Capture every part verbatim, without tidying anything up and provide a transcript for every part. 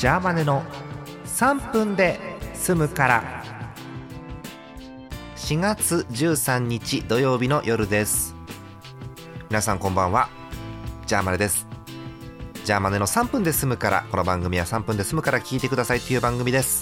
ジャーマネのさんぷんで済むから。しがつじゅうさんにち土曜日の夜です。皆さんこんばんは、ジャーマネです。ジャーマネのさんぷんで済むから、この番組はさんぷんで済むから聞いてくださいという番組です。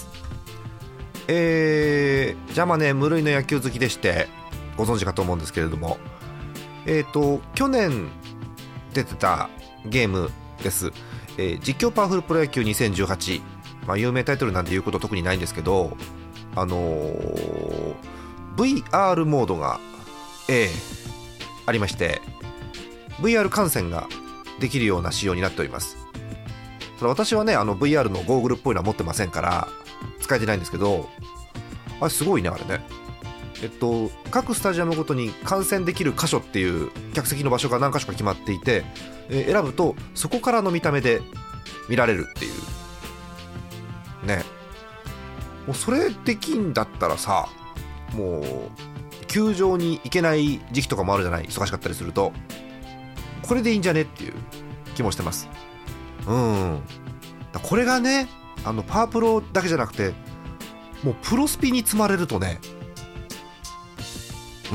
えー、ジャーマネ無類の野球好きでしてご存知かと思うんですけれども、えーと去年出てたゲームです。えー、実況パワフルプロ野球にせんじゅうはち、まあ、有名タイトルなんで言うこと特にないんですけど、あのー、ブイアール モードが、えー、ありまして ブイアール 観戦ができるような仕様になっております。ただ私はね、あの ブイアール のゴーグルっぽいのは持ってませんから使えてないんですけど、あれすごいね、あれね。えっと、各スタジアムごとに観戦できる箇所っていう客席の場所が何箇所か決まっていて、えー、選ぶとそこからの見た目で見られるっていうね。もうそれできんだったらさ、もう球場に行けない時期とかもあるじゃない、忙しかったりすると。これでいいんじゃねっていう気もしてます。うん。だこれがね、あのパワープロだけじゃなくてもうプロスピに積まれるとね、うん、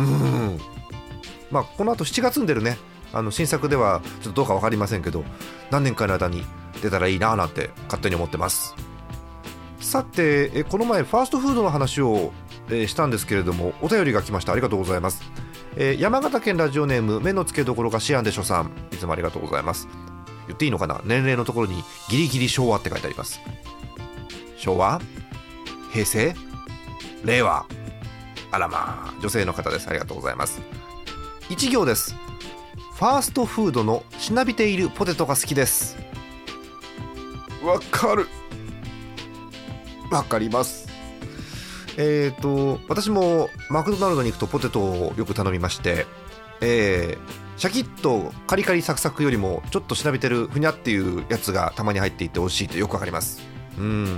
まあこの後しちがつに出るね、あの新作ではちょっとどうか分かりませんけど、何年かの間に出たらいいななんて勝手に思ってます。さて、えこの前ファーストフードの話を、えー、したんですけれども、お便りが来ました。ありがとうございます。えー、山形県ラジオネーム目の付けどころがシアンでしょさん、いつもありがとうございます。言っていいのかな、年齢のところにギリギリ昭和って書いてあります。昭和、平成、令和、あらまあ女性の方です。ありがとうございます。一行です。ファーストフードのしなびているポテトが好きです。わかる、わかります。えーと私もマクドナルドに行くとポテトをよく頼みまして、えー、シャキッとカリカリサクサクよりもちょっとしなびてるふにゃっていうやつがたまに入っていて美味しいとよくわかります。うん、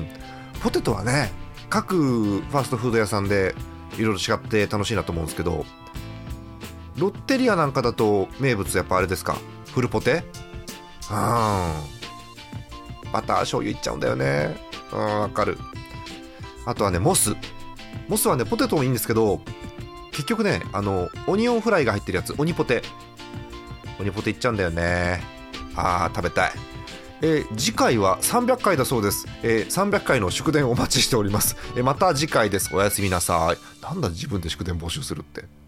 ポテトはね、各ファーストフード屋さんでいろいろ違って楽しいなと思うんですけど、ロッテリアなんかだと名物やっぱあれですか、フルポテ。うん、バター醤油いっちゃうんだよね。うん、わかる。あとはね、モスモスはね、ポテトもいいんですけど、結局ね、あのオニオンフライが入ってるやつ、オニポテオニポテいっちゃうんだよね。あー食べたい。えー、次回はさんびゃっかいだそうです。えー、さんびゃっかいの祝電お待ちしております。えー、また次回です。おやすみなさい。なんだ自分で祝電募集するって。